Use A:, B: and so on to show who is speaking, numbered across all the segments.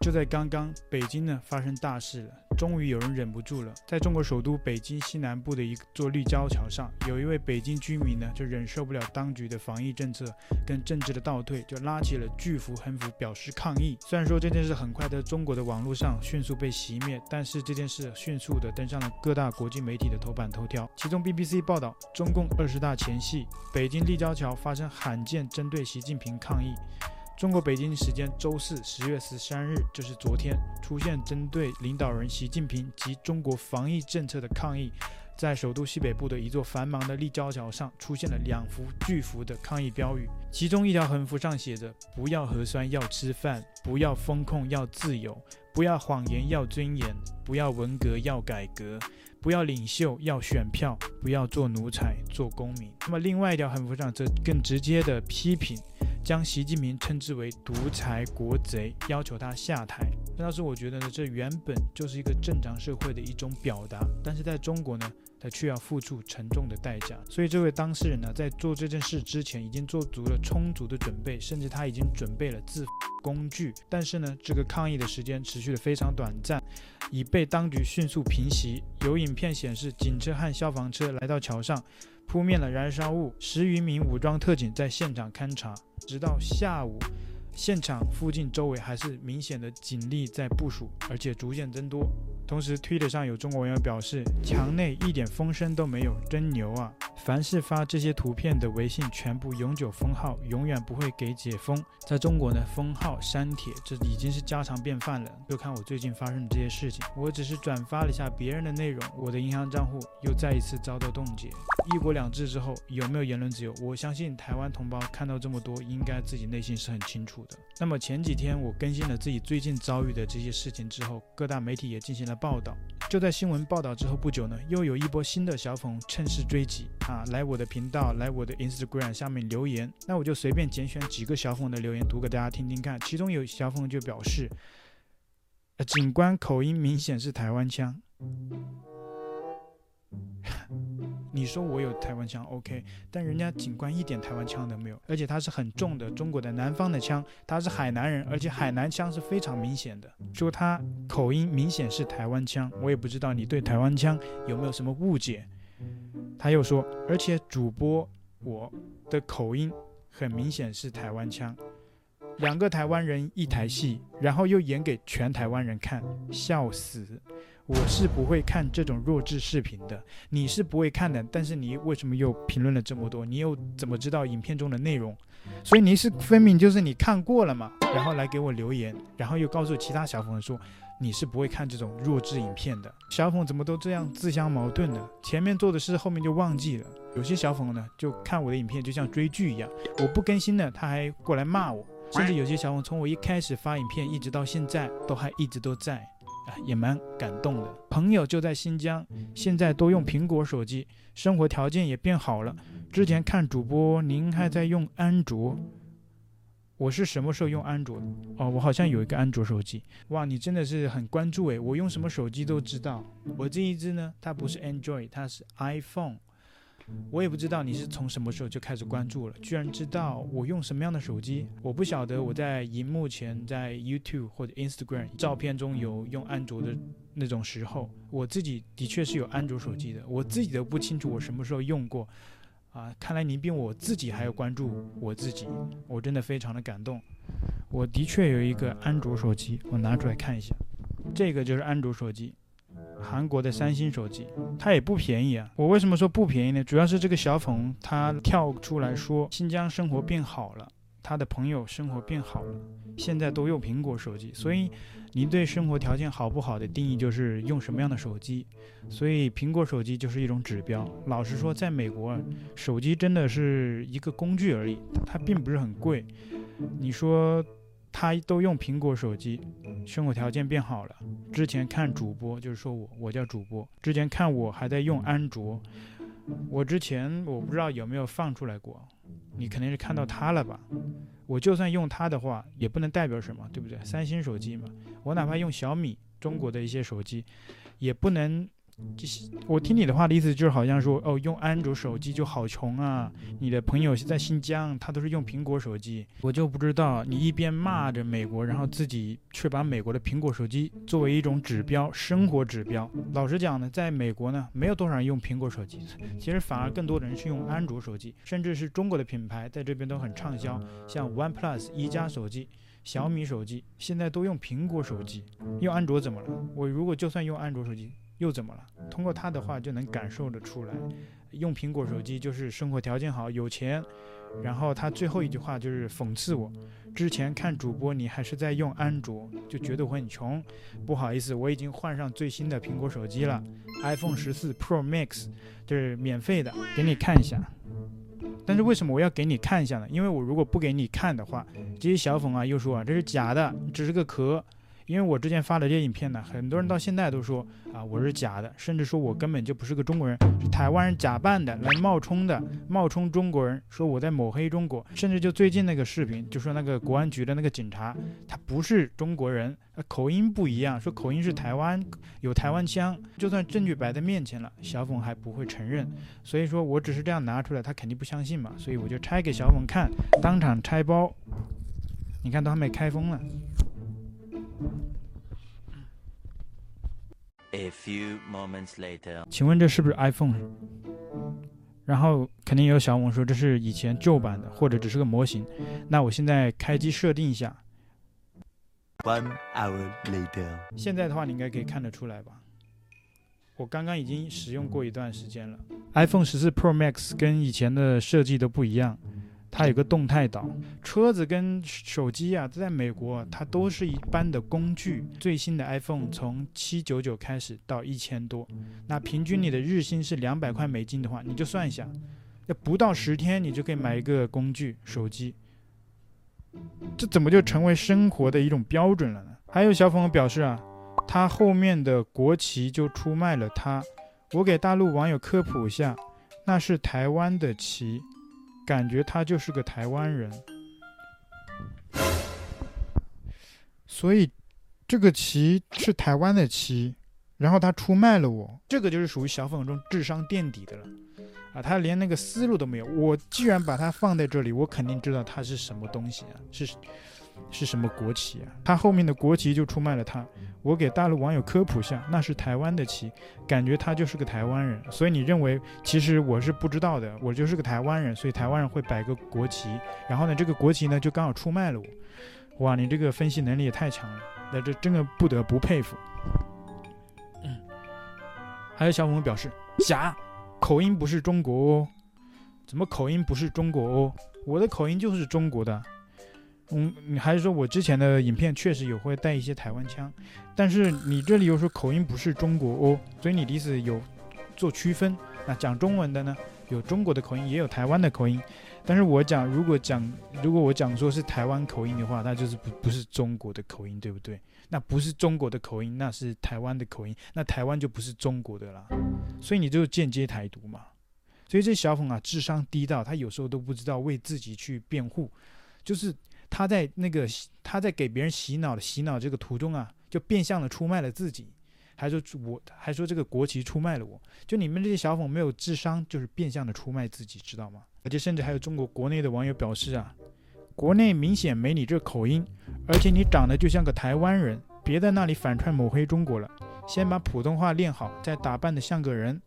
A: 就在刚刚，北京呢发生大事了，终于有人忍不住了。在中国首都北京西南部的一座立交桥上，有一位北京居民呢就忍受不了当局的防疫政策跟政治的倒退，就拉起了巨幅横幅表示抗议。虽然说这件事很快在中国的网络上迅速被熄灭，但是这件事迅速的登上了各大国际媒体的头版头条。其中 BBC 报道，中共20大前夕，北京立交桥发生罕见针对习近平抗议。中国北京时间周四10月13日，就是昨天，出现针对领导人习近平及中国防疫政策的抗议。在首都西北部的一座繁忙的立交桥上，出现了2幅巨幅的抗议标语，其中一条横幅上写着：不要核酸要吃饭，不要风控要自由，不要谎言要尊严，不要文革要改革，不要领袖要选票，不要做奴才做公民。那么另外一条横幅上则更直接的批评，将习近平称之为独裁国贼，要求他下台。但是我觉得呢，这原本就是一个正常社会的一种表达，但是在中国呢，他却要付出沉重的代价。所以这位当事人呢，在做这件事之前已经做足了充足的准备，甚至他已经准备了自工具。但是呢，这个抗议的时间持续的非常短暂，已被当局迅速平息。有影片显示，警车和消防车来到桥上，扑灭了燃烧物，10余名武装特警在现场勘查。直到下午，现场附近周围还是明显的警力在部署，而且逐渐增多。同时 Twitter 上有中国网友表示，墙内一点风声都没有，真牛啊！凡是发这些图片的微信全部永久封号，永远不会给解封。在中国呢，封号删帖这已经是家常便饭了。就看我最近发生的这些事情，我只是转发了一下别人的内容，我的银行账户又再一次遭到冻结。一国两制之后有没有言论自由？我相信台湾同胞看到这么多，应该自己内心是很清楚的。那么前几天我更新了自己最近遭遇的这些事情之后，各大媒体也进行了报道。就在新闻报道之后不久呢，又有一波新的小粉趁势追击来我的频道，来我的 Instagram 下面留言。那我就随便拣选几个小粉的留言读给大家听听看。其中有小粉就表示，警官口音明显是台湾腔。你说我有台湾腔 OK， 但人家警官一点台湾腔都没有，而且他是很重的中国的南方的腔，他是海南人，而且海南腔是非常明显的。说他口音明显是台湾腔，我也不知道你对台湾腔有没有什么误解。他又说，而且主播我的口音很明显是台湾腔，2个台湾人一台戏，然后又演给全台湾人看，笑死。我是不会看这种弱智视频的，你是不会看的，但是你为什么又评论了这么多？你又怎么知道影片中的内容？所以你是分明就是你看过了嘛，然后来给我留言，然后又告诉其他小粉说你是不会看这种弱智影片的。小粉怎么都这样自相矛盾呢？前面做的事后面就忘记了。有些小粉呢就看我的影片就像追剧一样，我不更新了他还过来骂我，甚至有些小粉从我一开始发影片一直到现在都还一直都在，也蛮感动的。朋友就在新疆，现在都用苹果手机，生活条件也变好了。之前看主播您还在用安卓，我是什么时候用安卓的？我好像有一个安卓手机。哇，你真的是很关注我用什么手机都知道。我这一支呢，它不是 Android， 它是 iPhone。我也不知道你是从什么时候就开始关注了，居然知道我用什么样的手机。我不晓得我在荧幕前在 YouTube 或者 Instagram 照片中有用安卓的那种时候，我自己的确是有安卓手机的，我自己都不清楚我什么时候用过看来你比我自己还要关注我自己，我真的非常的感动。我的确有一个安卓手机，我拿出来看一下，这个就是安卓手机，韩国的三星手机，它也不便宜啊。我为什么说不便宜呢？主要是这个小粉他跳出来说新疆生活变好了，他的朋友生活变好了，现在都用苹果手机。所以你对生活条件好不好的定义就是用什么样的手机，所以苹果手机就是一种指标。老实说，在美国手机真的是一个工具而已，它并不是很贵。你说他都用苹果手机，生活条件变好了。之前看主播，就是说我叫主播，之前看我还在用安卓，我之前我不知道有没有放出来过，你肯定是看到它了吧。我就算用它的话也不能代表什么，对不对？三星手机嘛，我哪怕用小米中国的一些手机也不能就是我听你的话的意思就是好像说用安卓手机就好穷啊，你的朋友在新疆他都是用苹果手机，我就不知道你一边骂着美国，然后自己却把美国的苹果手机作为一种指标，生活指标。老实讲呢，在美国呢没有多少人用苹果手机，其实反而更多的人是用安卓手机，甚至是中国的品牌在这边都很畅销，像 OnePlus 一加手机、小米手机现在都用苹果手机，用安卓怎么了？我如果就算用安卓手机又怎么了？通过他的话就能感受得出来，用苹果手机就是生活条件好、有钱。然后他最后一句话就是讽刺我，之前看主播你还是在用安卓，就觉得我很穷。不好意思，我已经换上最新的苹果手机了 ，iPhone 14 Pro Max， 就是免费的，给你看一下。但是为什么我要给你看一下呢？因为我如果不给你看的话，这些小粉啊又说这是假的，只是个壳。因为我之前发的这些影片呢，很多人到现在都说我是假的，甚至说我根本就不是个中国人，是台湾人假扮的来冒充中国人，说我在抹黑中国。甚至就最近那个视频，就说那个国安局的那个警察他不是中国人，口音不一样，说口音是台湾，有台湾腔。就算证据摆在面前了，小粉还不会承认。所以说我只是这样拿出来，他肯定不相信嘛，所以我就拆给小粉看，当场拆包。你看都还没开封呢。
B: A few moments later，
A: 请问这是不是 iPhone？ 然后肯定有小粉说这是以前旧版的，或者只是个模型。那我现在开机设定一下。
B: 1 hour later，
A: 现在的话你应该可以看得出来吧？我刚刚已经使用过一段时间了。iPhone 14 Pro Max 跟以前的设计都不一样。它有个动态岛，车子跟手机在美国它都是一般的工具。最新的 iPhone 从799开始到1000多，那平均你的日薪是200块美金的话，你就算一下，不到10天你就可以买一个工具手机，这怎么就成为生活的一种标准了呢？还有小粉表示他后面的国旗就出卖了他。我给大陆网友科普一下，那是台湾的旗。感觉他就是个台湾人，所以这个旗是台湾的旗，然后他出卖了我，这个就是属于小粉中智商垫底的了他连那个思路都没有。我既然把它放在这里，我肯定知道它是什么东西是什么国旗他后面的国旗就出卖了他。我给大陆网友科普下，那是台湾的旗，感觉他就是个台湾人。所以你认为其实我是不知道的，我就是个台湾人，所以台湾人会摆个国旗，然后呢这个国旗呢就刚好出卖了我。哇，你这个分析能力也太强了，那这真的不得不佩服。还有小粉表示假，口音不是中国哦。怎么口音不是中国哦？我的口音就是中国的。你还是说我之前的影片确实有会带一些台湾腔，但是你这里又说口音不是中国哦，所以你的意思有做区分。那讲中文的呢，有中国的口音，也有台湾的口音。但是如果我讲说是台湾口音的话，那就是不是中国的口音，对不对？那不是中国的口音，那是台湾的口音，那台湾就不是中国的啦。所以你就间接台独嘛。所以这小粉智商低到他有时候都不知道为自己去辩护，就是他在给别人洗脑这个途中就变相的出卖了自己，还说这个国旗出卖了我。就你们这些小粉没有智商，就是变相的出卖自己，知道吗？而且甚至还有中国国内的网友表示国内明显没你这口音，而且你长得就像个台湾人，别在那里反串抹黑中国了，先把普通话练好，再打扮的像个人。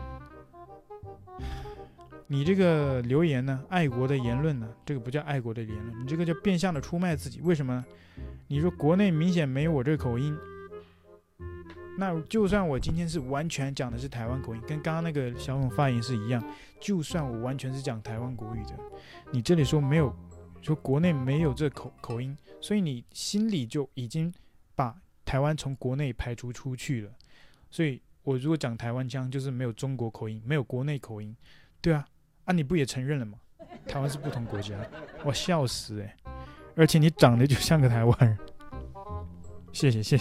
A: 你这个留言呢，爱国的言论呢，这个不叫爱国的言论，你这个叫变相的出卖自己。为什么呢？你说国内明显没有我这个口音，那就算我今天是完全讲的是台湾口音，跟刚刚那个小粉发言是一样，就算我完全是讲台湾国语的，你这里说没有，说国内没有这口音，所以你心里就已经把台湾从国内排除出去了。所以我如果讲台湾腔，就是没有中国口音，没有国内口音，对啊，你不也承认了吗？台湾是不同国家，我笑死而且你长得就像个台湾人。谢谢。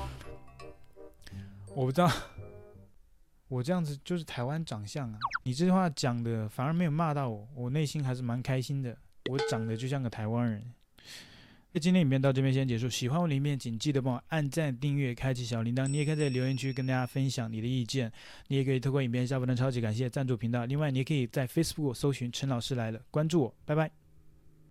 A: 我不知道，我这样子就是台湾长相你这句话讲的反而没有骂到我，我内心还是蛮开心的。我长得就像个台湾人， 今天影片到这边先结束，喜欢我的影片请记得帮我按赞、订阅、开启小铃铛。你也可以在留言区跟大家分享你的意见，你也可以透过影片下方的超级感谢赞助频道。另外，你也可以在 Facebook 搜寻陈老师来了，关注我，拜拜。